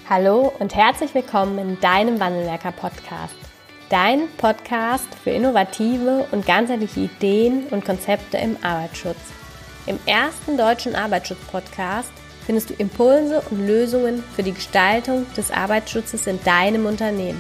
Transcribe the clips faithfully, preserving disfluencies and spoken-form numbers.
Hallo und herzlich willkommen in deinem Wandelwerker-Podcast. Dein Podcast für innovative und ganzheitliche Ideen und Konzepte im Arbeitsschutz. Im ersten deutschen Arbeitsschutz-Podcast findest du Impulse und Lösungen für die Gestaltung des Arbeitsschutzes in deinem Unternehmen.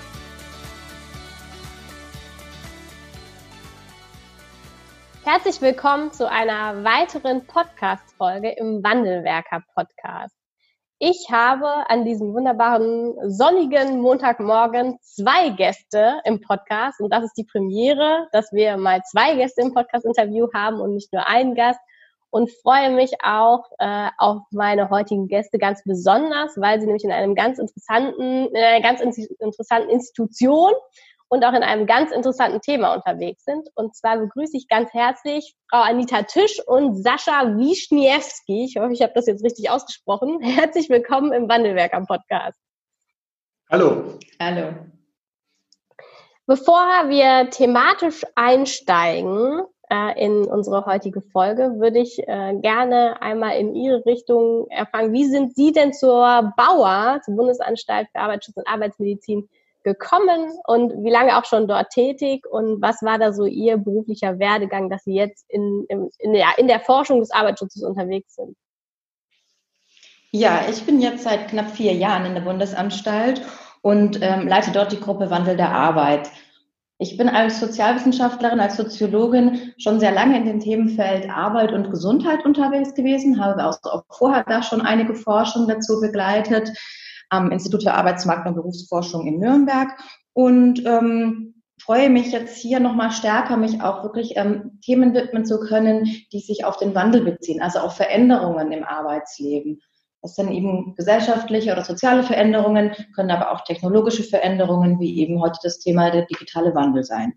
Herzlich willkommen zu einer weiteren Podcast-Folge im Wandelwerker-Podcast. Ich habe an diesem wunderbaren sonnigen Montagmorgen zwei Gäste im Podcast und das ist die Premiere, dass wir mal zwei Gäste im Podcast-Interview haben und nicht nur einen Gast und freue mich auch äh, auf meine heutigen Gäste ganz besonders, weil sie nämlich in einem ganz interessanten, in einer ganz interessanten Institution und auch in einem ganz interessanten Thema unterwegs sind. Und zwar begrüße ich ganz herzlich Frau Anita Tisch und Sascha Wischniewski. Ich hoffe, ich habe das jetzt richtig ausgesprochen. Herzlich willkommen im Wandelwerker-Podcast. Hallo. Hallo. Bevor wir thematisch einsteigen äh, in unsere heutige Folge, würde ich äh, gerne einmal in Ihre Richtung erfahren, wie sind Sie denn zur BAUA, zur Bundesanstalt für Arbeitsschutz und Arbeitsmedizin, gekommen und wie lange auch schon dort tätig und was war da so Ihr beruflicher Werdegang, dass Sie jetzt in, in, in, der, in der Forschung des Arbeitsschutzes unterwegs sind? Ja, ich bin jetzt seit knapp vier Jahren in der Bundesanstalt und ähm, leite dort die Gruppe Wandel der Arbeit. Ich bin als Sozialwissenschaftlerin, als Soziologin schon sehr lange in dem Themenfeld Arbeit und Gesundheit unterwegs gewesen, habe auch vorher da schon einige Forschung dazu begleitet, am Institut für Arbeitsmarkt- und Berufsforschung in Nürnberg und ähm, freue mich jetzt hier nochmal stärker, mich auch wirklich ähm, Themen widmen zu können, die sich auf den Wandel beziehen, also auf Veränderungen im Arbeitsleben. Das sind eben gesellschaftliche oder soziale Veränderungen, können aber auch technologische Veränderungen, wie eben heute das Thema der digitale Wandel sein.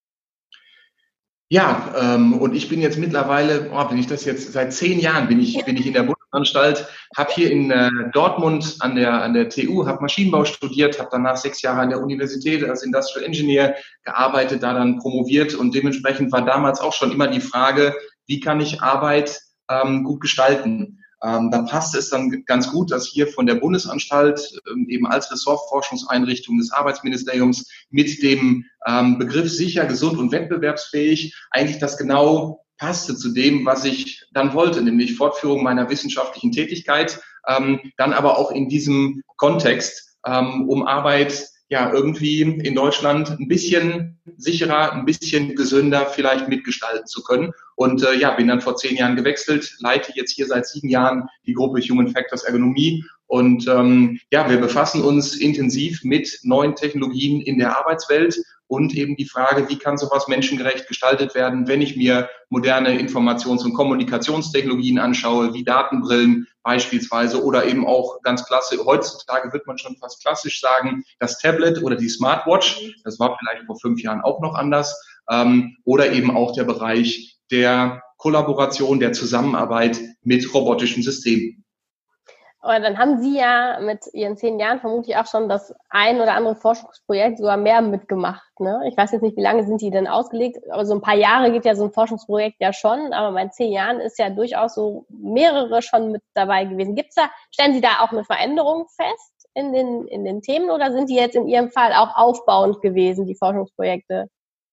Ja, ähm, und ich bin jetzt mittlerweile, oh, bin ich das jetzt, seit zehn Jahren bin ich, bin ich in der Bundesanstalt, habe hier in äh, Dortmund an der, an der T U, habe Maschinenbau studiert, habe danach sechs Jahre an der Universität als Industrial Engineer gearbeitet, da dann promoviert und dementsprechend war damals auch schon immer die Frage, wie kann ich Arbeit ähm, gut gestalten? Ähm, da passt es dann ganz gut, dass hier von der Bundesanstalt ähm, eben als Ressortforschungseinrichtung des Arbeitsministeriums mit dem ähm, Begriff sicher, gesund und wettbewerbsfähig eigentlich das genau passte zu dem, was ich dann wollte, nämlich Fortführung meiner wissenschaftlichen Tätigkeit, ähm, dann aber auch in diesem Kontext, ähm, um Arbeit ja irgendwie in Deutschland ein bisschen sicherer, ein bisschen gesünder vielleicht mitgestalten zu können. Und äh, ja, bin dann vor zehn Jahren gewechselt, leite jetzt hier seit sieben Jahren die Gruppe Human Factors Ergonomie. Und ähm, ja, wir befassen uns intensiv mit neuen Technologien in der Arbeitswelt und eben die Frage, wie kann sowas menschengerecht gestaltet werden, wenn ich mir moderne Informations- und Kommunikationstechnologien anschaue, wie Datenbrillen beispielsweise oder eben auch ganz klasse, heutzutage wird man schon fast klassisch sagen, das Tablet oder die Smartwatch, das war vielleicht vor fünf Jahren auch noch anders, ähm, oder eben auch der Bereich der Kollaboration, der Zusammenarbeit mit robotischen Systemen. Aber dann haben Sie ja mit Ihren zehn Jahren vermutlich auch schon das ein oder andere Forschungsprojekt sogar mehr mitgemacht, ne? Ich weiß jetzt nicht, wie lange sind die denn ausgelegt, aber so ein paar Jahre geht ja so ein Forschungsprojekt ja schon, aber bei zehn Jahren ist ja durchaus so mehrere schon mit dabei gewesen. Gibt's da, stellen Sie da auch eine Veränderung fest in den, in den Themen oder sind die jetzt in Ihrem Fall auch aufbauend gewesen, die Forschungsprojekte?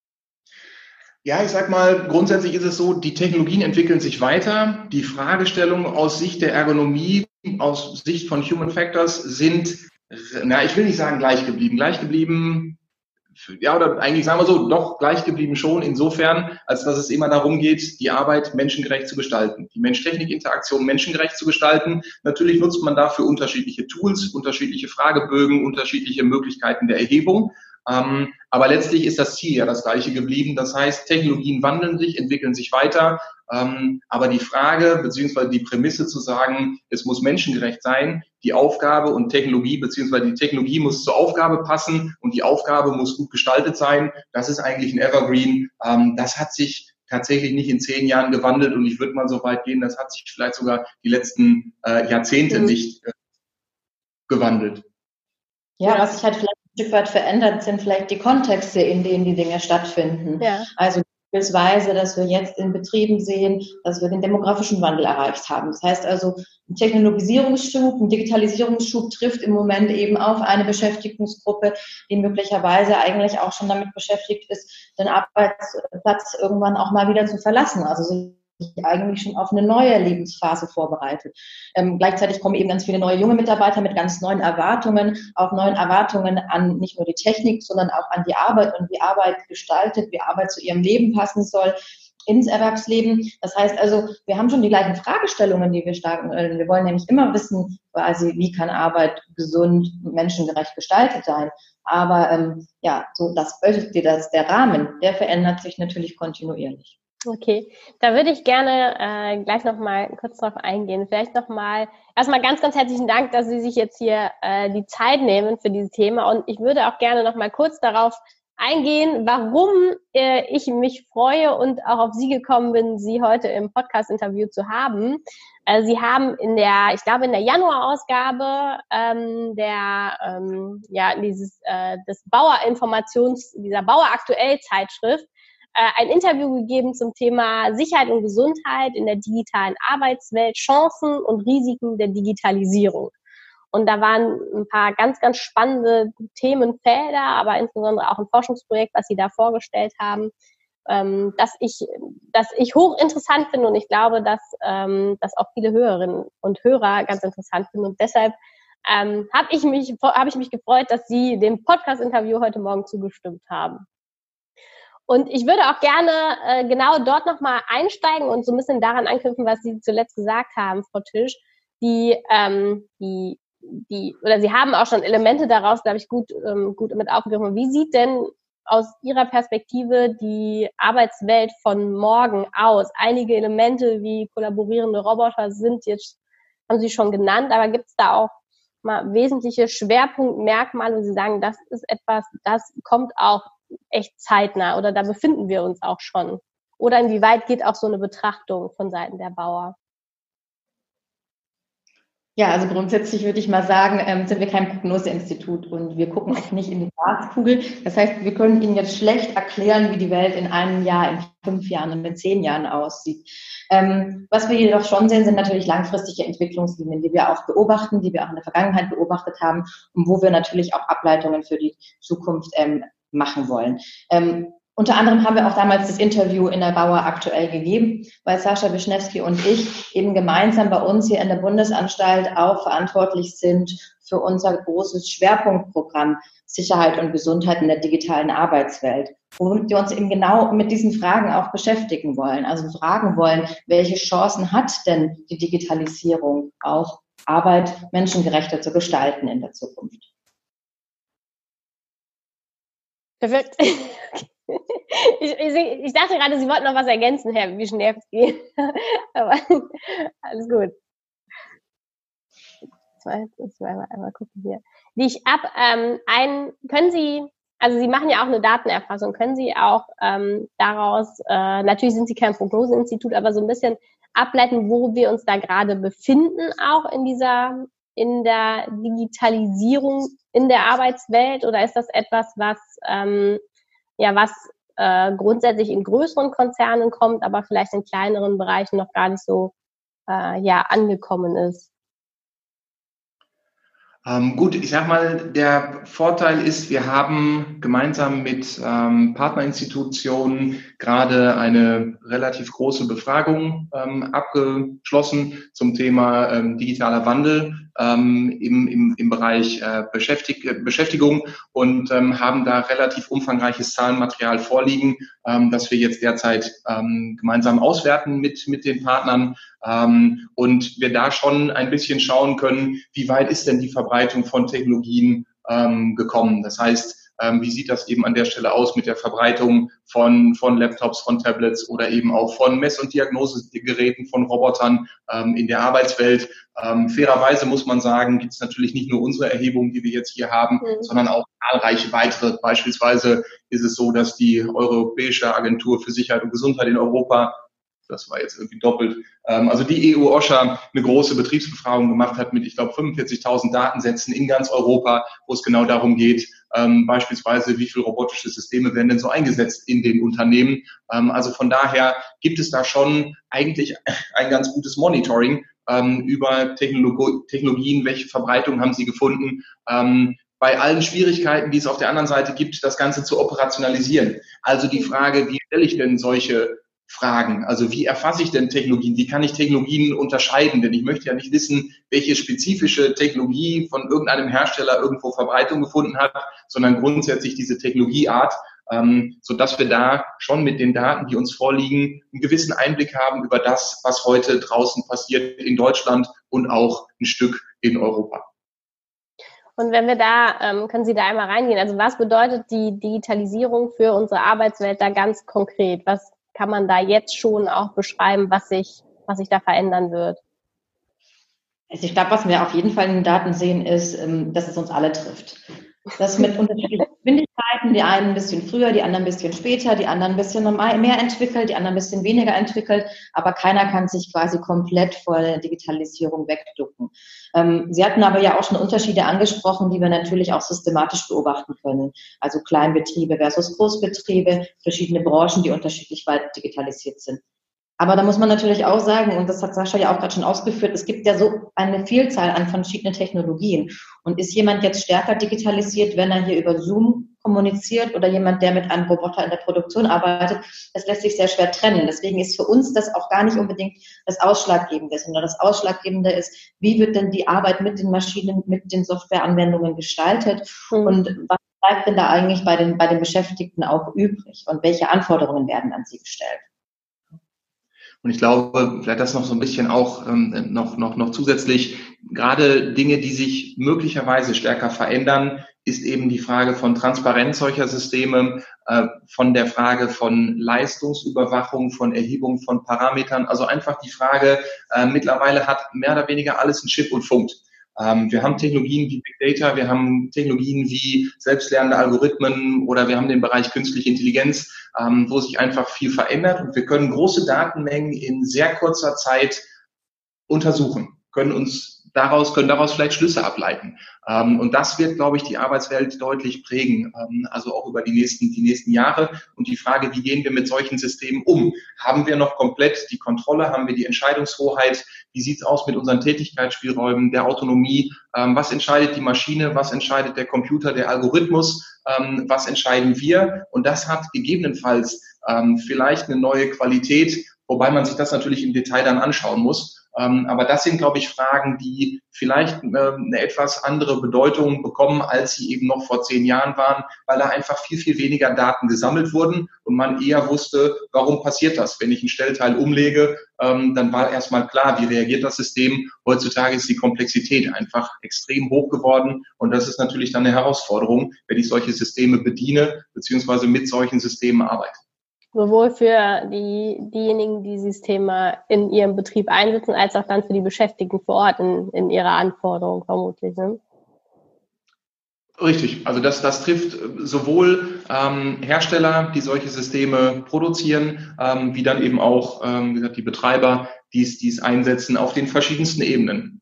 Ja, ich sag mal, grundsätzlich ist es so, die Technologien entwickeln sich weiter. Die Fragestellungen aus Sicht der Ergonomie, aus Sicht von Human Factors sind, na, ich will nicht sagen gleich geblieben. Gleich geblieben, ja, oder eigentlich sagen wir so, doch gleich geblieben schon insofern, als dass es immer darum geht, die Arbeit menschengerecht zu gestalten, die Mensch-Technik-Interaktion menschengerecht zu gestalten. Natürlich nutzt man dafür unterschiedliche Tools, unterschiedliche Fragebögen, unterschiedliche Möglichkeiten der Erhebung. Ähm, aber letztlich ist das Ziel ja das gleiche geblieben. Das heißt, Technologien wandeln sich, entwickeln sich weiter. Ähm, aber die Frage beziehungsweise die Prämisse zu sagen, es muss menschengerecht sein, die Aufgabe und Technologie beziehungsweise die Technologie muss zur Aufgabe passen und die Aufgabe muss gut gestaltet sein, das ist eigentlich ein Evergreen. Ähm, das hat sich tatsächlich nicht in zehn Jahren gewandelt und ich würde mal so weit gehen, das hat sich vielleicht sogar die letzten äh, Jahrzehnte mhm. nicht äh, gewandelt. Ja, was sich halt vielleicht ein Stück weit verändert, sind vielleicht die Kontexte, in denen die Dinge stattfinden. Ja. Also Beispielsweise, dass wir jetzt in Betrieben sehen, dass wir den demografischen Wandel erreicht haben. Das heißt also, ein Technologisierungsschub, ein Digitalisierungsschub trifft im Moment eben auf eine Beschäftigungsgruppe, die möglicherweise eigentlich auch schon damit beschäftigt ist, den Arbeitsplatz irgendwann auch mal wieder zu verlassen. Also sich eigentlich schon auf eine neue Lebensphase vorbereitet. Ähm, gleichzeitig kommen eben ganz viele neue junge Mitarbeiter mit ganz neuen Erwartungen, auch neuen Erwartungen an nicht nur die Technik, sondern auch an die Arbeit und wie Arbeit gestaltet, wie Arbeit zu ihrem Leben passen soll, ins Erwerbsleben. Das heißt also, wir haben schon die gleichen Fragestellungen, die wir starten. Wir wollen nämlich immer wissen, quasi, wie kann Arbeit gesund und menschengerecht gestaltet sein. Aber ähm, ja, so das, das, der Rahmen, der verändert sich natürlich kontinuierlich. Okay, da würde ich gerne äh, gleich nochmal kurz drauf eingehen. Vielleicht nochmal, erstmal ganz, ganz herzlichen Dank, dass Sie sich jetzt hier äh, die Zeit nehmen für dieses Thema. Und ich würde auch gerne nochmal kurz darauf eingehen, warum äh, ich mich freue und auch auf Sie gekommen bin, Sie heute im Podcast-Interview zu haben. Äh, Sie haben in der, ich glaube in der Januar-Ausgabe ähm, der, ähm, ja, dieses, äh, des Bauerinformations, dieser Bauer-Aktuell-Zeitschrift ein Interview gegeben zum Thema Sicherheit und Gesundheit in der digitalen Arbeitswelt, Chancen und Risiken der Digitalisierung. Und da waren ein paar ganz, ganz spannende Themenfelder, aber insbesondere auch ein Forschungsprojekt, was Sie da vorgestellt haben, ähm, das ich, das ich hochinteressant finde und ich glaube, dass ähm, das auch viele Hörerinnen und Hörer ganz interessant finden. Und deshalb ähm, habe ich mich, habe ich mich gefreut, dass Sie dem Podcast-Interview heute Morgen zugestimmt haben. Und ich würde auch gerne äh, genau dort nochmal einsteigen und so ein bisschen daran anknüpfen, was Sie zuletzt gesagt haben, Frau Tisch. Die, ähm, die, die, oder Sie haben auch schon Elemente daraus, glaube ich, gut, ähm, gut mit aufgegriffen. Wie sieht denn aus Ihrer Perspektive die Arbeitswelt von morgen aus? Einige Elemente wie kollaborierende Roboter sind jetzt, haben Sie schon genannt, aber gibt es da auch mal wesentliche Schwerpunktmerkmale, wo Sie sagen, das ist etwas, das kommt auch echt zeitnah oder da befinden wir uns auch schon? Oder inwieweit geht auch so eine Betrachtung von Seiten der Bauer? Ja, also grundsätzlich würde ich mal sagen, ähm, sind wir kein Prognoseinstitut und wir gucken auch nicht in die Glaskugel. Das heißt, wir können Ihnen jetzt schlecht erklären, wie die Welt in einem Jahr, in fünf Jahren und in zehn Jahren aussieht. Ähm, was wir jedoch schon sehen, sind natürlich langfristige Entwicklungslinien, die wir auch beobachten, die wir auch in der Vergangenheit beobachtet haben und wo wir natürlich auch Ableitungen für die Zukunft ähm, machen wollen. Ähm, unter anderem haben wir auch damals das Interview in der Bauer aktuell gegeben, weil Sascha Wischnewski und ich eben gemeinsam bei uns hier in der Bundesanstalt auch verantwortlich sind für unser großes Schwerpunktprogramm Sicherheit und Gesundheit in der digitalen Arbeitswelt, womit wir uns eben genau mit diesen Fragen auch beschäftigen wollen. Also fragen wollen, welche Chancen hat denn die Digitalisierung auch Arbeit menschengerechter zu gestalten in der Zukunft? Perfekt. Ich, ich, ich dachte gerade, Sie wollten noch was ergänzen, Herr Wischnewski. Aber alles gut. Jetzt mal einmal gucken hier. Die ich ab, ähm, ein, können Sie, also Sie machen ja auch eine Datenerfassung, können Sie auch ähm, daraus, äh, natürlich sind Sie kein Prognoseinstitut, aber so ein bisschen ableiten, wo wir uns da gerade befinden, auch in dieser, in der Digitalisierung in der Arbeitswelt, oder ist das etwas, was ähm, ja, was äh, grundsätzlich in größeren Konzernen kommt, aber vielleicht in kleineren Bereichen noch gar nicht so äh, ja, angekommen ist? Ähm, gut, ich sag mal, der Vorteil ist, wir haben gemeinsam mit ähm, Partnerinstitutionen gerade eine relativ große Befragung ähm, abgeschlossen zum Thema ähm, digitaler Wandel ähm, im, im, im Bereich äh, Beschäftig Beschäftigung und ähm, haben da relativ umfangreiches Zahlenmaterial vorliegen, ähm, das wir jetzt derzeit ähm, gemeinsam auswerten mit, mit den Partnern. Ähm, und wir da schon ein bisschen schauen können, wie weit ist denn die Verbreitung von Technologien ähm, gekommen. Das heißt, ähm, wie sieht das eben an der Stelle aus mit der Verbreitung von, von Laptops, von Tablets oder eben auch von Mess- und Diagnosegeräten, von Robotern ähm, in der Arbeitswelt. Ähm, fairerweise muss man sagen, gibt es natürlich nicht nur unsere Erhebung, die wir jetzt hier haben, mhm. sondern auch zahlreiche weitere. Beispielsweise ist es so, dass die Europäische Agentur für Sicherheit und Gesundheit in Europa, das war jetzt irgendwie doppelt, ähm, also die E U-OSHA eine große Betriebsbefragung gemacht hat mit, ich glaube, fünfundvierzigtausend Datensätzen in ganz Europa, wo es genau darum geht, Ähm, beispielsweise, wie viele robotische Systeme werden denn so eingesetzt in den Unternehmen? Ähm, also von daher gibt es da schon eigentlich ein ganz gutes Monitoring ähm, über Technolog- Technologien, welche Verbreitung haben sie gefunden, ähm, bei allen Schwierigkeiten, die es auf der anderen Seite gibt, das Ganze zu operationalisieren. Also die Frage, wie stelle ich denn solche Fragen? Also wie erfasse ich denn Technologien? Wie kann ich Technologien unterscheiden? Denn ich möchte ja nicht wissen, welche spezifische Technologie von irgendeinem Hersteller irgendwo Verbreitung gefunden hat, sondern grundsätzlich diese Technologieart, ähm, sodass wir da schon mit den Daten, die uns vorliegen, einen gewissen Einblick haben über das, was heute draußen passiert in Deutschland und auch ein Stück in Europa. Und wenn wir da, ähm, können Sie da einmal reingehen? Also was bedeutet die Digitalisierung für unsere Arbeitswelt da ganz konkret? Was kann man da jetzt schon auch beschreiben, was sich, was sich da verändern wird? Also ich glaube, was wir auf jeden Fall in den Daten sehen, ist, dass es uns alle trifft. Das mit unterschiedlichen Geschwindigkeiten, die einen ein bisschen früher, die anderen ein bisschen später, die anderen ein bisschen mehr entwickelt, die anderen ein bisschen weniger entwickelt, aber keiner kann sich quasi komplett vor der Digitalisierung wegducken. Ähm, Sie hatten aber ja auch schon Unterschiede angesprochen, die wir natürlich auch systematisch beobachten können. Also Kleinbetriebe versus Großbetriebe, verschiedene Branchen, die unterschiedlich weit digitalisiert sind. Aber da muss man natürlich auch sagen, und das hat Sascha ja auch gerade schon ausgeführt, es gibt ja so eine Vielzahl an verschiedenen Technologien. Und ist jemand jetzt stärker digitalisiert, wenn er hier über Zoom kommuniziert oder jemand, der mit einem Roboter in der Produktion arbeitet? Das lässt sich sehr schwer trennen. Deswegen ist für uns das auch gar nicht unbedingt das Ausschlaggebende, sondern das Ausschlaggebende ist, wie wird denn die Arbeit mit den Maschinen, mit den Softwareanwendungen gestaltet Mhm. und was bleibt denn da eigentlich bei den, bei den Beschäftigten auch übrig und welche Anforderungen werden an sie gestellt? Und ich glaube, vielleicht das noch so ein bisschen auch ähm, noch, noch, noch zusätzlich, gerade Dinge, die sich möglicherweise stärker verändern, ist eben die Frage von Transparenz solcher Systeme, äh, von der Frage von Leistungsüberwachung, von Erhebung von Parametern. Also einfach die Frage, äh, mittlerweile hat mehr oder weniger alles einen Chip und funkt. Ähm, wir haben Technologien wie Big Data, wir haben Technologien wie selbstlernende Algorithmen oder wir haben den Bereich künstliche Intelligenz, ähm, wo sich einfach viel verändert und wir können große Datenmengen in sehr kurzer Zeit untersuchen, können uns daraus, können daraus vielleicht Schlüsse ableiten. Ähm, und das wird, glaube ich, die Arbeitswelt deutlich prägen, ähm, also auch über die nächsten, die nächsten Jahre. Und die Frage, wie gehen wir mit solchen Systemen um? Haben wir noch komplett die Kontrolle? Haben wir die Entscheidungshoheit? Wie sieht's aus mit unseren Tätigkeitsspielräumen, der Autonomie? Ähm, was entscheidet die Maschine? Was entscheidet der Computer, der Algorithmus? Ähm, was entscheiden wir? Und das hat gegebenenfalls ähm, vielleicht eine neue Qualität, wobei man sich das natürlich im Detail dann anschauen muss. Ähm, aber das sind, glaube ich, Fragen, die vielleicht äh, eine etwas andere Bedeutung bekommen, als sie eben noch vor zehn Jahren waren, weil da einfach viel, viel weniger Daten gesammelt wurden und man eher wusste, warum passiert das? Wenn ich ein Stellteil umlege, ähm, dann war erstmal klar, wie reagiert das System. Heutzutage ist die Komplexität einfach extrem hoch geworden und das ist natürlich dann eine Herausforderung, wenn ich solche Systeme bediene, beziehungsweise mit solchen Systemen arbeite. Sowohl für die, diejenigen, die Systeme in ihrem Betrieb einsetzen, als auch dann für die Beschäftigten vor Ort in, in ihrer Anforderung vermutlich. Ne? Richtig, also das, das trifft sowohl ähm, Hersteller, die solche Systeme produzieren, ähm, wie dann eben auch ähm, wie gesagt, die Betreiber, die es, die es einsetzen auf den verschiedensten Ebenen.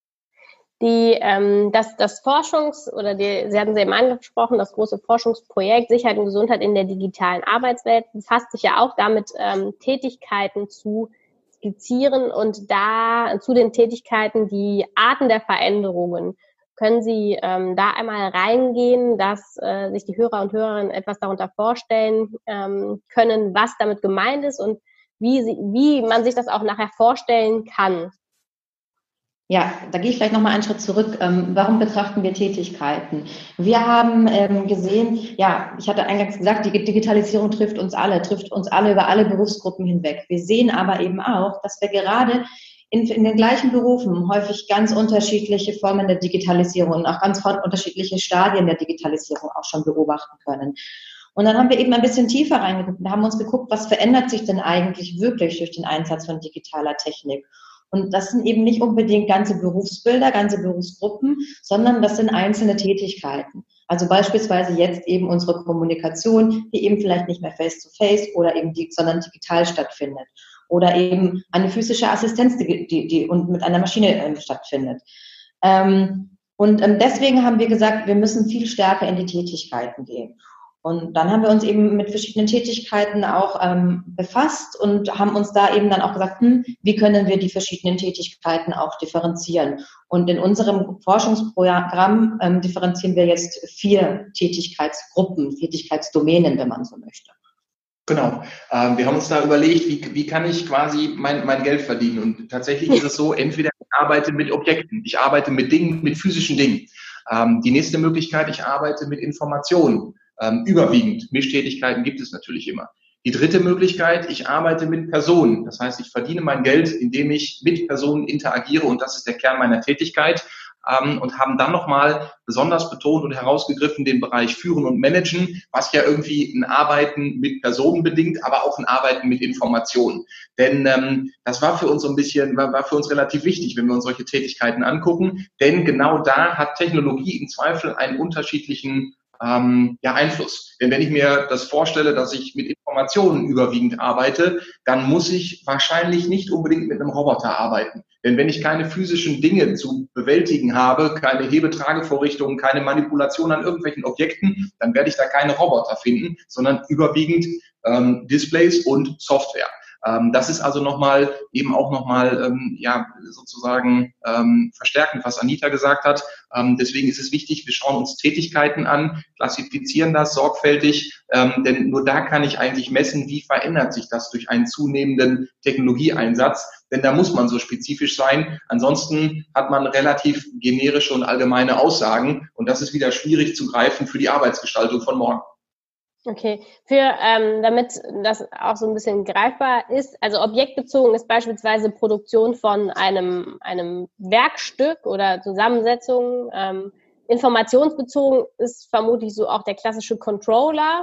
Die, ähm, das, das Forschungs- oder die, Sie hatten es eben angesprochen, das große Forschungsprojekt Sicherheit und Gesundheit in der digitalen Arbeitswelt befasst sich ja auch damit, ähm, Tätigkeiten zu skizzieren und da zu den Tätigkeiten die Arten der Veränderungen. Können Sie ähm, da einmal reingehen, dass äh, sich die Hörer und Hörerinnen etwas darunter vorstellen ähm, können, was damit gemeint ist und wie, sie, wie man sich das auch nachher vorstellen kann? Ja, da gehe ich vielleicht nochmal einen Schritt zurück. Ähm, warum betrachten wir Tätigkeiten? Wir haben ähm, gesehen, ja, ich hatte eingangs gesagt, die Digitalisierung trifft uns alle, trifft uns alle über alle Berufsgruppen hinweg. Wir sehen aber eben auch, dass wir gerade in, in den gleichen Berufen häufig ganz unterschiedliche Formen der Digitalisierung und auch ganz unterschiedliche Stadien der Digitalisierung auch schon beobachten können. Und dann haben wir eben ein bisschen tiefer reingeguckt und haben uns geguckt, was verändert sich denn eigentlich wirklich durch den Einsatz von digitaler Technik? Und das sind eben nicht unbedingt ganze Berufsbilder, ganze Berufsgruppen, sondern das sind einzelne Tätigkeiten. Also beispielsweise jetzt eben unsere Kommunikation, die eben vielleicht nicht mehr face-to-face oder eben die, sondern digital stattfindet. Oder eben eine physische Assistenz, die, die, die und mit einer Maschine äh, stattfindet. Ähm, Und ähm, deswegen haben wir gesagt, wir müssen viel stärker in die Tätigkeiten gehen. Und dann haben wir uns eben mit verschiedenen Tätigkeiten auch ähm, befasst und haben uns da eben dann auch gesagt, hm, wie können wir die verschiedenen Tätigkeiten auch differenzieren. Und in unserem Forschungsprogramm ähm, differenzieren wir jetzt vier Tätigkeitsgruppen, Tätigkeitsdomänen, wenn man so möchte. Genau. Ähm, wir haben uns da überlegt, wie, wie kann ich quasi mein, mein Geld verdienen? Und tatsächlich ist es so, entweder ich arbeite mit Objekten, ich arbeite mit Dingen, mit physischen Dingen. Ähm, die nächste Möglichkeit, ich arbeite mit Informationen. Ähm, überwiegend. Mischtätigkeiten gibt es natürlich immer. Die dritte Möglichkeit, ich arbeite mit Personen. Das heißt, ich verdiene mein Geld, indem ich mit Personen interagiere und das ist der Kern meiner Tätigkeit. Ähm, und haben dann nochmal besonders betont und herausgegriffen den Bereich Führen und Managen, was ja irgendwie ein Arbeiten mit Personen bedingt, aber auch ein Arbeiten mit Informationen. Denn ähm, das war für uns so ein bisschen, war, war für uns relativ wichtig, wenn wir uns solche Tätigkeiten angucken. Denn genau da hat Technologie im Zweifel einen unterschiedlichen Ähm, ja, Einfluss. Denn wenn ich mir das vorstelle, dass ich mit Informationen überwiegend arbeite, dann muss ich wahrscheinlich nicht unbedingt mit einem Roboter arbeiten. Denn wenn ich keine physischen Dinge zu bewältigen habe, keine Hebetragevorrichtungen, keine Manipulation an irgendwelchen Objekten, dann werde ich da keine Roboter finden, sondern überwiegend ähm, Displays und Software. Ähm, das ist also nochmal, eben auch nochmal, ähm, ja, sozusagen ähm, verstärkend, was Anita gesagt hat. Ähm, deswegen ist es wichtig, wir schauen uns Tätigkeiten an, klassifizieren das sorgfältig, ähm, denn nur da kann ich eigentlich messen, wie verändert sich das durch einen zunehmenden Technologieeinsatz. Denn da muss man so spezifisch sein. Ansonsten hat man relativ generische und allgemeine Aussagen und das ist wieder schwierig zu greifen für die Arbeitsgestaltung von morgen. Okay, für ähm, damit das auch so ein bisschen greifbar ist, also objektbezogen ist beispielsweise Produktion von einem einem Werkstück oder Zusammensetzung. Ähm, informationsbezogen ist vermutlich so auch der klassische Controller.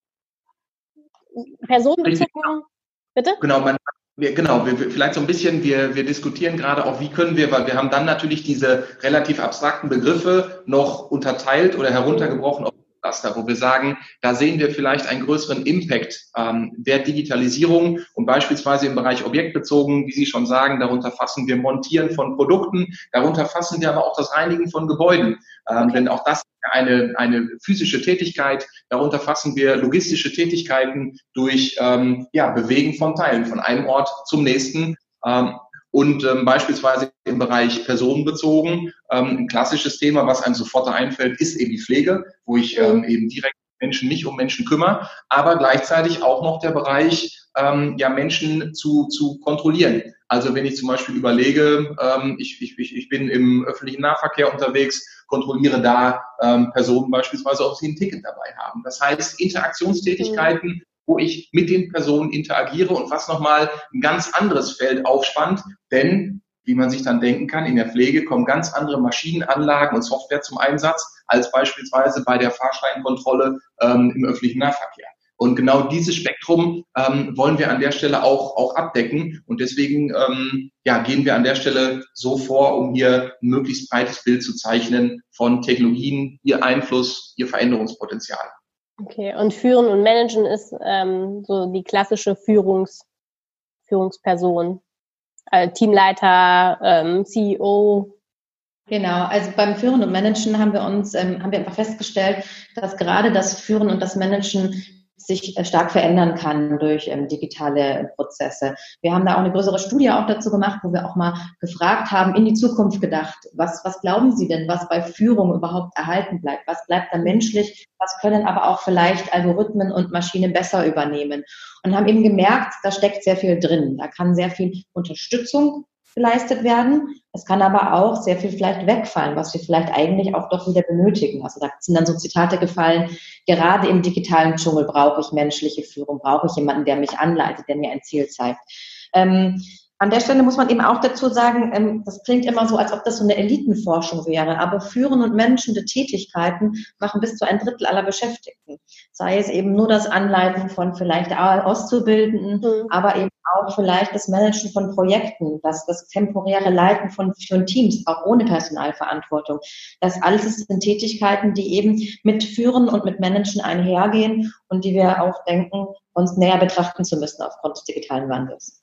Personenbezogen, bitte? Genau, man, wir, genau, wir, vielleicht so ein bisschen, wir, wir diskutieren gerade auch, wie können wir, weil wir haben dann natürlich diese relativ abstrakten Begriffe noch unterteilt oder heruntergebrochen auf Cluster, wo wir sagen, da sehen wir vielleicht einen größeren Impact ähm, der Digitalisierung und beispielsweise im Bereich objektbezogen, wie Sie schon sagen, darunter fassen wir Montieren von Produkten, darunter fassen wir aber auch das Reinigen von Gebäuden, ähm, okay. Denn auch das ist eine, eine physische Tätigkeit, darunter fassen wir logistische Tätigkeiten durch ähm, ja, Bewegen von Teilen von einem Ort zum nächsten. Ähm, Und ähm, beispielsweise im Bereich personenbezogen, ähm, ein klassisches Thema, was einem sofort einfällt, ist eben die Pflege, wo ich ähm, eben direkt Menschen mich um Menschen kümmere, aber gleichzeitig auch noch der Bereich, ähm, ja Menschen zu, zu kontrollieren. Also wenn ich zum Beispiel überlege, ähm, ich, ich, ich bin im öffentlichen Nahverkehr unterwegs, kontrolliere da ähm, Personen beispielsweise, ob sie ein Ticket dabei haben. Das heißt, Interaktionstätigkeiten, mhm. wo ich mit den Personen interagiere und was nochmal ein ganz anderes Feld aufspannt, denn, wie man sich dann denken kann, in der Pflege kommen ganz andere Maschinenanlagen und Software zum Einsatz, als beispielsweise bei der Fahrscheinkontrolle ähm, im öffentlichen Nahverkehr. Und genau dieses Spektrum ähm, wollen wir an der Stelle auch, auch abdecken und deswegen ähm, ja, gehen wir an der Stelle so vor, um hier ein möglichst breites Bild zu zeichnen von Technologien, ihr Einfluss, ihr Veränderungspotenzial. Okay, und Führen und Managen ist ähm, so die klassische Führungs, Führungsperson, äh, Teamleiter, ähm, C E O. Genau, also beim Führen und Managen haben wir uns, ähm, haben wir einfach festgestellt, dass gerade das Führen und das Managen sich äh, stark verändern kann durch ähm, digitale Prozesse. Wir haben da auch eine größere Studie auch dazu gemacht, wo wir auch mal gefragt haben, in die Zukunft gedacht, was, was glauben Sie denn, was bei Führung überhaupt erhalten bleibt? Was bleibt da menschlich? Was können aber auch vielleicht Algorithmen und Maschinen besser übernehmen? Und haben eben gemerkt, da steckt sehr viel drin. Da kann sehr viel Unterstützung geleistet werden. Es kann aber auch sehr viel vielleicht wegfallen, was wir vielleicht eigentlich auch doch wieder benötigen. Also da sind dann so Zitate gefallen, gerade im digitalen Dschungel brauche ich menschliche Führung, brauche ich jemanden, der mich anleitet, der mir ein Ziel zeigt. Ähm, An der Stelle muss man eben auch dazu sagen, ähm, das klingt immer so, als ob das so eine Elitenforschung wäre, aber Führen und managende Tätigkeiten machen bis zu ein Drittel aller Beschäftigten. Sei es eben nur das Anleiten von vielleicht Auszubildenden, mhm. aber eben auch vielleicht das Managen von Projekten, das, das temporäre Leiten von, von Teams, auch ohne Personalverantwortung. Das alles sind Tätigkeiten, die eben mit Führen und mit Managen einhergehen und die wir auch denken, uns näher betrachten zu müssen aufgrund des digitalen Wandels.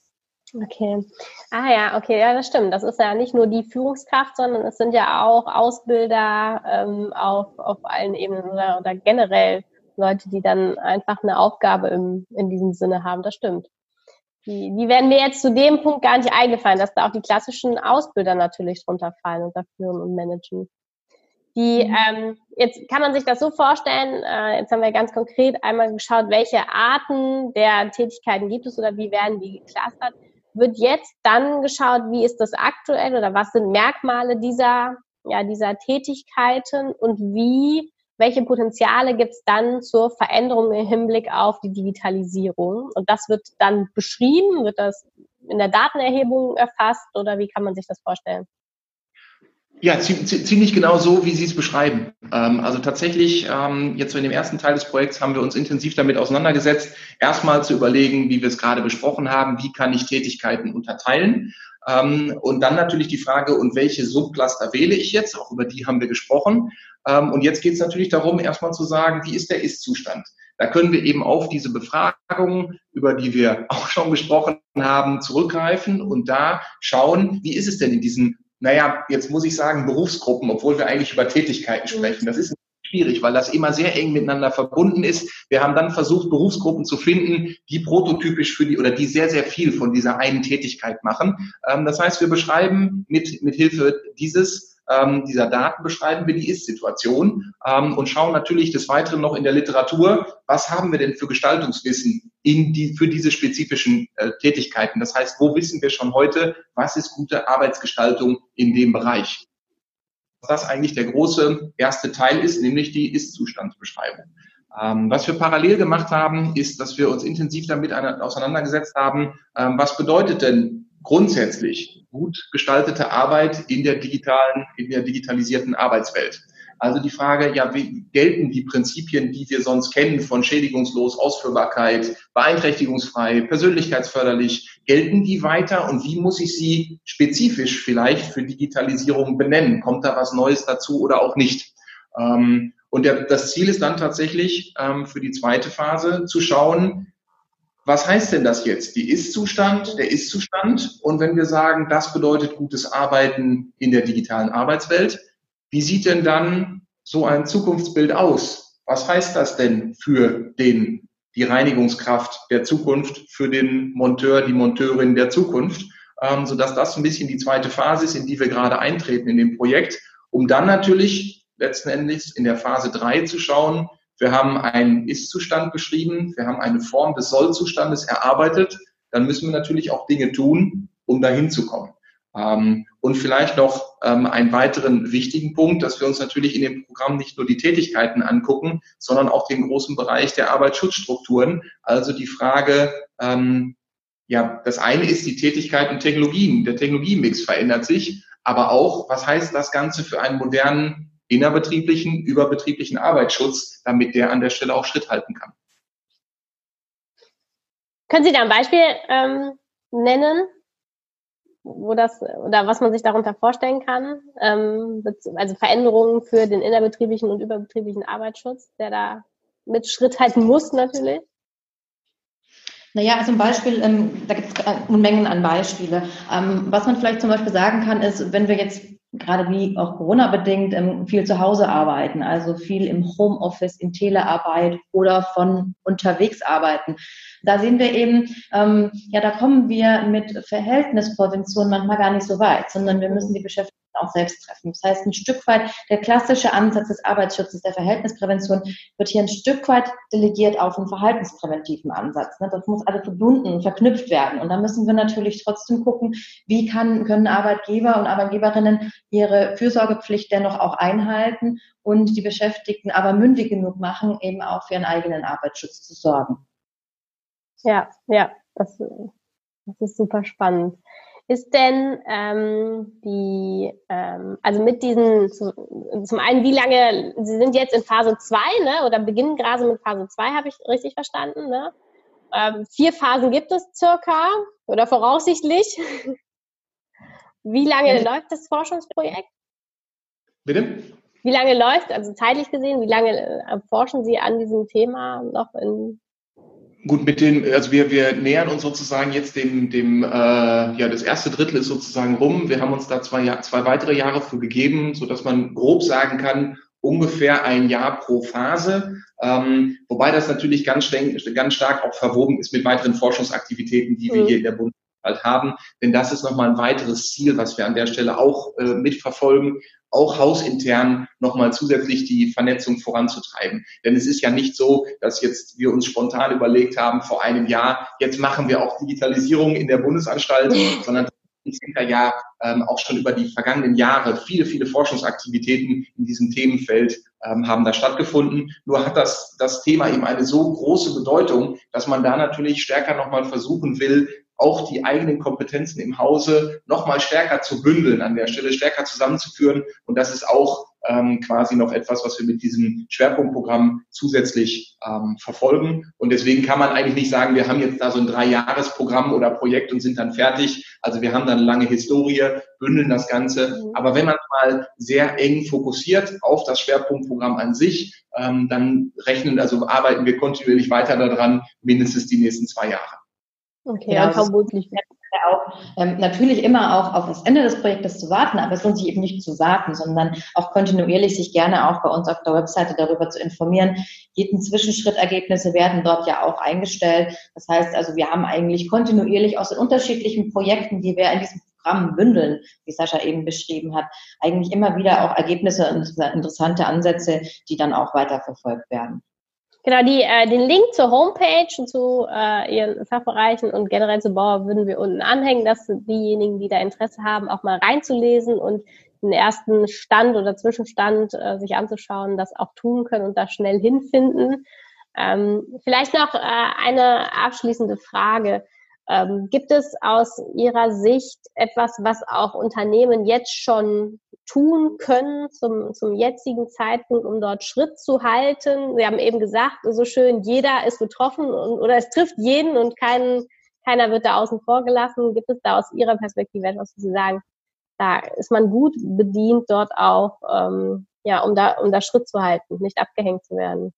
Okay. Ah ja, okay, ja, das stimmt. Das ist ja nicht nur die Führungskraft, sondern es sind ja auch Ausbilder ähm, auf, auf allen Ebenen oder, oder generell Leute, die dann einfach eine Aufgabe im, in diesem Sinne haben. Das stimmt. Die, die werden mir jetzt zu dem Punkt gar nicht eingefallen, dass da auch die klassischen Ausbilder natürlich drunter fallen und da führen und managen. Die, ähm, jetzt kann man sich das so vorstellen, äh, jetzt haben wir ganz konkret einmal geschaut, welche Arten der Tätigkeiten gibt es oder wie werden die geclustert. Wird jetzt dann geschaut, wie ist das aktuell oder was sind Merkmale dieser, ja, dieser Tätigkeiten und wie, welche Potenziale gibt es dann zur Veränderung im Hinblick auf die Digitalisierung? Und das wird dann beschrieben, wird das in der Datenerhebung erfasst oder wie kann man sich das vorstellen? Ja, ziemlich genau so, wie Sie es beschreiben. Ähm, also tatsächlich, ähm, jetzt so in dem ersten Teil des Projekts haben wir uns intensiv damit auseinandergesetzt, erstmal zu überlegen, wie wir es gerade besprochen haben, wie kann ich Tätigkeiten unterteilen? Ähm, und dann natürlich die Frage, und welche Subcluster wähle ich jetzt? Auch über die haben wir gesprochen. Ähm, und jetzt geht es natürlich darum, erstmal zu sagen, wie ist der Ist-Zustand? Da können wir eben auf diese Befragungen, über die wir auch schon gesprochen haben, zurückgreifen und da schauen, wie ist es denn in diesen, naja, jetzt muss ich sagen, Berufsgruppen, obwohl wir eigentlich über Tätigkeiten sprechen. Das ist schwierig, weil das immer sehr eng miteinander verbunden ist. Wir haben dann versucht, Berufsgruppen zu finden, die prototypisch für die oder die sehr, sehr viel von dieser einen Tätigkeit machen. Ähm, das heißt, wir beschreiben mit, mit Hilfe dieses ähm, dieser Daten beschreiben wir die Ist-Situation ähm, und schauen natürlich des Weiteren noch in der Literatur, was haben wir denn für Gestaltungswissen in die, für diese spezifischen äh, Tätigkeiten. Das heißt, wo wissen wir schon heute, was ist gute Arbeitsgestaltung in dem Bereich? Was das eigentlich der große erste Teil ist, nämlich die Ist-Zustandsbeschreibung. Ähm, was wir parallel gemacht haben, ist, dass wir uns intensiv damit auseinandergesetzt haben, ähm, was bedeutet denn grundsätzlich gut gestaltete Arbeit in der digitalen, in der digitalisierten Arbeitswelt. Also die Frage, ja, wie gelten die Prinzipien, die wir sonst kennen, von schädigungslos, Ausführbarkeit, beeinträchtigungsfrei, persönlichkeitsförderlich, gelten die weiter und wie muss ich sie spezifisch vielleicht für Digitalisierung benennen? Kommt da was Neues dazu oder auch nicht? Ähm, und der, das Ziel ist dann tatsächlich ähm, für die zweite Phase zu schauen, was heißt denn das jetzt? Die Ist-Zustand, der Ist-Zustand. Und wenn wir sagen, das bedeutet gutes Arbeiten in der digitalen Arbeitswelt, wie sieht denn dann so ein Zukunftsbild aus? Was heißt das denn für den, die Reinigungskraft der Zukunft, für den Monteur, die Monteurin der Zukunft? Ähm, sodass das ein bisschen die zweite Phase ist, in die wir gerade eintreten in dem Projekt, um dann natürlich letzten Endes in der Phase drei zu schauen, wir haben einen Ist-Zustand beschrieben, wir haben eine Form des Soll-Zustandes erarbeitet, dann müssen wir natürlich auch Dinge tun, um dahin zu kommen. Ähm, und vielleicht noch ähm, einen weiteren wichtigen Punkt, dass wir uns natürlich in dem Programm nicht nur die Tätigkeiten angucken, sondern auch den großen Bereich der Arbeitsschutzstrukturen. Also die Frage, ähm, ja, das eine ist die Tätigkeit und Technologien. Der Technologiemix verändert sich, aber auch, was heißt das Ganze für einen modernen innerbetrieblichen, überbetrieblichen Arbeitsschutz, damit der an der Stelle auch Schritt halten kann. Können Sie da ein Beispiel ähm, nennen, wo das oder was man sich darunter vorstellen kann? Ähm, also Veränderungen für den innerbetrieblichen und überbetrieblichen Arbeitsschutz, der da mit Schritt halten muss natürlich? Naja, also ein Beispiel, ähm, da gibt es Unmengen an Beispiele. Ähm, was man vielleicht zum Beispiel sagen kann, ist, wenn wir jetzt gerade wie auch Corona-bedingt ähm, viel zu Hause arbeiten, also viel im Homeoffice, in Telearbeit oder von unterwegs arbeiten. Da sehen wir eben, ähm, ja, da kommen wir mit Verhältnisprävention manchmal gar nicht so weit, sondern wir müssen die Beschäftigten auch selbst treffen. Das heißt, ein Stück weit der klassische Ansatz des Arbeitsschutzes, der Verhältnisprävention, wird hier ein Stück weit delegiert auf einen verhaltenspräventiven Ansatz. Das muss also verbunden, verknüpft werden. Und da müssen wir natürlich trotzdem gucken, wie kann, können Arbeitgeber und Arbeitgeberinnen ihre Fürsorgepflicht dennoch auch einhalten und die Beschäftigten aber mündig genug machen, eben auch für ihren eigenen Arbeitsschutz zu sorgen. Ja, ja, das, das ist super spannend. Ist denn ähm, die, ähm, also mit diesen, zum einen, wie lange, Sie sind jetzt in Phase zwei, ne, oder beginnen gerade mit Phase zwei, habe ich richtig verstanden, ne? Ähm, vier Phasen gibt es circa, oder voraussichtlich. Wie lange ja. läuft das Forschungsprojekt? Bitte? Wie lange läuft, also zeitlich gesehen, wie lange äh, forschen Sie an diesem Thema noch in? Gut, mit den, also wir, wir nähern uns sozusagen jetzt dem, dem, äh, ja, das erste Drittel ist sozusagen rum. Wir haben uns da zwei, Jahr, zwei weitere Jahre für gegeben, so dass man grob sagen kann, ungefähr ein Jahr pro Phase. Ähm, wobei das natürlich ganz, ganz stark auch verwoben ist mit weiteren Forschungsaktivitäten, die wir mhm. hier in der Bundesanstalt haben. Denn das ist nochmal ein weiteres Ziel, was wir an der Stelle auch äh, mitverfolgen, auch hausintern nochmal zusätzlich die Vernetzung voranzutreiben. Denn es ist ja nicht so, dass jetzt wir uns spontan überlegt haben vor einem Jahr, jetzt machen wir auch Digitalisierung in der Bundesanstalt, sondern es sind da ja ähm, auch schon über die vergangenen Jahre viele, viele Forschungsaktivitäten in diesem Themenfeld ähm, haben da stattgefunden. Nur hat das, das Thema eben eine so große Bedeutung, dass man da natürlich stärker nochmal versuchen will, auch die eigenen Kompetenzen im Hause nochmal stärker zu bündeln an der Stelle, stärker zusammenzuführen. Und das ist auch ähm, quasi noch etwas, was wir mit diesem Schwerpunktprogramm zusätzlich ähm, verfolgen. Und deswegen kann man eigentlich nicht sagen, wir haben jetzt da so ein Dreijahresprogramm oder Projekt und sind dann fertig. Also wir haben dann eine lange Historie, bündeln das Ganze. Aber wenn man mal sehr eng fokussiert auf das Schwerpunktprogramm an sich, ähm, dann rechnen, also arbeiten wir kontinuierlich weiter daran, mindestens die nächsten zwei Jahre. Okay, genau, und vermutlich auch ähm, natürlich immer auch auf das Ende des Projektes zu warten, aber es lohnt sich eben nicht zu warten, sondern auch kontinuierlich sich gerne auch bei uns auf der Webseite darüber zu informieren. Jeden Zwischenschrittergebnisse werden dort ja auch eingestellt. Das heißt also, wir haben eigentlich kontinuierlich aus den unterschiedlichen Projekten, die wir in diesem Programm bündeln, wie Sascha eben beschrieben hat, eigentlich immer wieder auch Ergebnisse und interessante Ansätze, die dann auch weiterverfolgt werden. Genau, die, äh, den Link zur Homepage und zu äh, Ihren Fachbereichen und generell zu Bauer würden wir unten anhängen, dass diejenigen, die da Interesse haben, auch mal reinzulesen und den ersten Stand oder Zwischenstand äh, sich anzuschauen, das auch tun können und da schnell hinfinden. Ähm, vielleicht noch äh, eine abschließende Frage. Ähm, gibt es aus Ihrer Sicht etwas, was auch Unternehmen jetzt schon tun können zum, zum jetzigen Zeitpunkt, um dort Schritt zu halten? Sie haben eben gesagt, so schön, jeder ist betroffen und, oder es trifft jeden und kein, keiner wird da außen vor gelassen. Gibt es da aus Ihrer Perspektive etwas, wo Sie sagen, da ist man gut bedient, dort auch, ähm, ja, um da, um da Schritt zu halten, nicht abgehängt zu werden?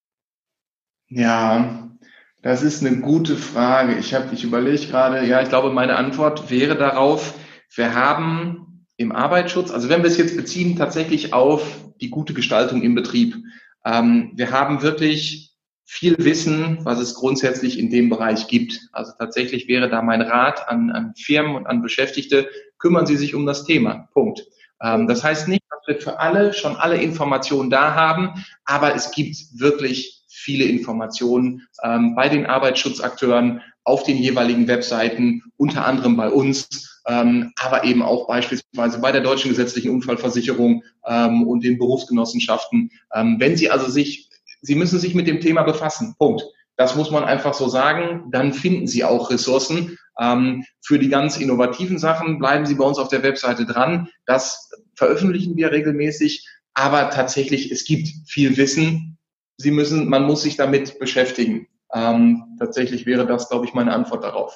Ja, das ist eine gute Frage. Ich habe, ich überlege gerade, ja, ich glaube, meine Antwort wäre darauf, wir haben im Arbeitsschutz, also wenn wir es jetzt beziehen, tatsächlich auf die gute Gestaltung im Betrieb. Ähm, wir haben wirklich viel Wissen, was es grundsätzlich in dem Bereich gibt. Also tatsächlich wäre da mein Rat an, an Firmen und an Beschäftigte, kümmern Sie sich um das Thema. Punkt. Ähm, das heißt nicht, dass wir für alle schon alle Informationen da haben, aber es gibt wirklich viele Informationen ähm, bei den Arbeitsschutzakteuren auf den jeweiligen Webseiten, unter anderem bei uns, ähm, aber eben auch beispielsweise bei der Deutschen Gesetzlichen Unfallversicherung ähm, und den Berufsgenossenschaften. Ähm, wenn Sie also sich, Sie müssen sich mit dem Thema befassen. Punkt. Das muss man einfach so sagen. Dann finden Sie auch Ressourcen. Ähm, für die ganz innovativen Sachen bleiben Sie bei uns auf der Webseite dran. Das veröffentlichen wir regelmäßig. Aber tatsächlich, es gibt viel Wissen. Sie müssen, man muss sich damit beschäftigen. Ähm, tatsächlich wäre das, glaube ich, meine Antwort darauf.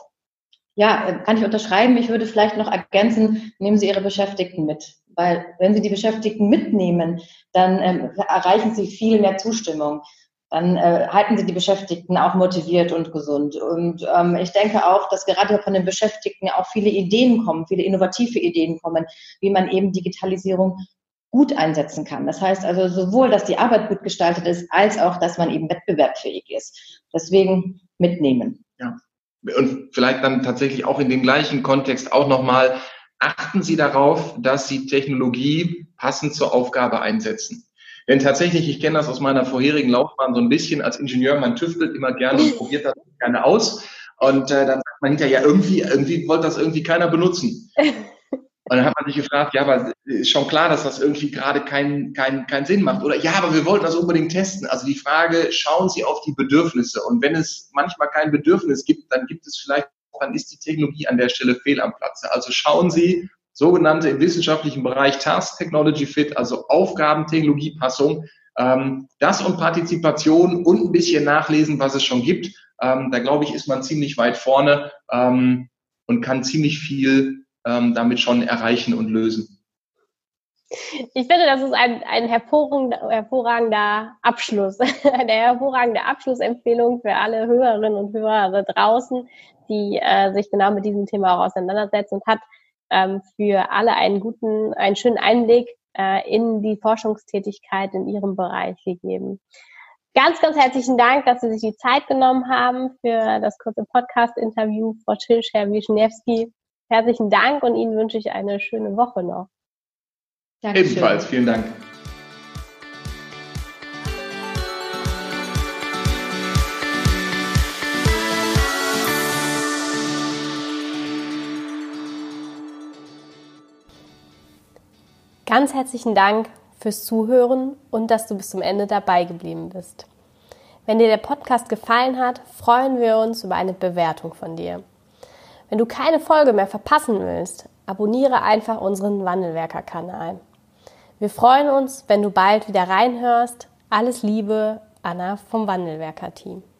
Ja, kann ich unterschreiben. Ich würde vielleicht noch ergänzen, nehmen Sie Ihre Beschäftigten mit. Weil wenn Sie die Beschäftigten mitnehmen, dann ähm, erreichen Sie viel mehr Zustimmung. Dann äh, halten Sie die Beschäftigten auch motiviert und gesund. Und ähm, ich denke auch, dass gerade von den Beschäftigten auch viele Ideen kommen, viele innovative Ideen kommen, wie man eben Digitalisierung gut einsetzen kann. Das heißt also sowohl, dass die Arbeit gut gestaltet ist, als auch, dass man eben wettbewerbsfähig ist. Deswegen mitnehmen. Ja. Und vielleicht dann tatsächlich auch in dem gleichen Kontext auch nochmal, achten Sie darauf, dass Sie Technologie passend zur Aufgabe einsetzen. Denn tatsächlich, ich kenne das aus meiner vorherigen Laufbahn so ein bisschen als Ingenieur, man tüftelt immer gerne und probiert das gerne aus. Und äh, dann sagt man hinterher, ja, irgendwie, irgendwie wollte das irgendwie keiner benutzen. Und dann hat man sich gefragt, ja, aber ist schon klar, dass das irgendwie gerade keinen keinen keinen Sinn macht. Oder ja, aber wir wollten das unbedingt testen. Also die Frage, schauen Sie auf die Bedürfnisse. Und wenn es manchmal kein Bedürfnis gibt, dann gibt es vielleicht, dann ist die Technologie an der Stelle fehl am Platze. Also schauen Sie, sogenannte im wissenschaftlichen Bereich Task Technology Fit, also Aufgaben-Technologiepassung, ähm, das und Partizipation und ein bisschen nachlesen, was es schon gibt. Ähm, da glaube ich, ist man ziemlich weit vorne ähm, und kann ziemlich viel damit schon erreichen und lösen. Ich finde, das ist ein, ein hervorragender, hervorragender Abschluss, eine hervorragende Abschlussempfehlung für alle Hörerinnen und Hörer da draußen, die äh, sich genau mit diesem Thema auch auseinandersetzen, und hat ähm, für alle einen guten, einen schönen Einblick äh, in die Forschungstätigkeit in ihrem Bereich gegeben. Ganz, ganz herzlichen Dank, dass Sie sich die Zeit genommen haben für das kurze Podcast-Interview, Frau Tschilsch, Herr Wischniewski. Herzlichen Dank und Ihnen wünsche ich eine schöne Woche noch. Dankeschön. Ebenfalls, vielen Dank. Ganz herzlichen Dank fürs Zuhören und dass du bis zum Ende dabei geblieben bist. Wenn dir der Podcast gefallen hat, freuen wir uns über eine Bewertung von dir. Wenn du keine Folge mehr verpassen willst, abonniere einfach unseren Wandelwerker-Kanal. Wir freuen uns, wenn du bald wieder reinhörst. Alles Liebe, Anna vom Wandelwerker-Team.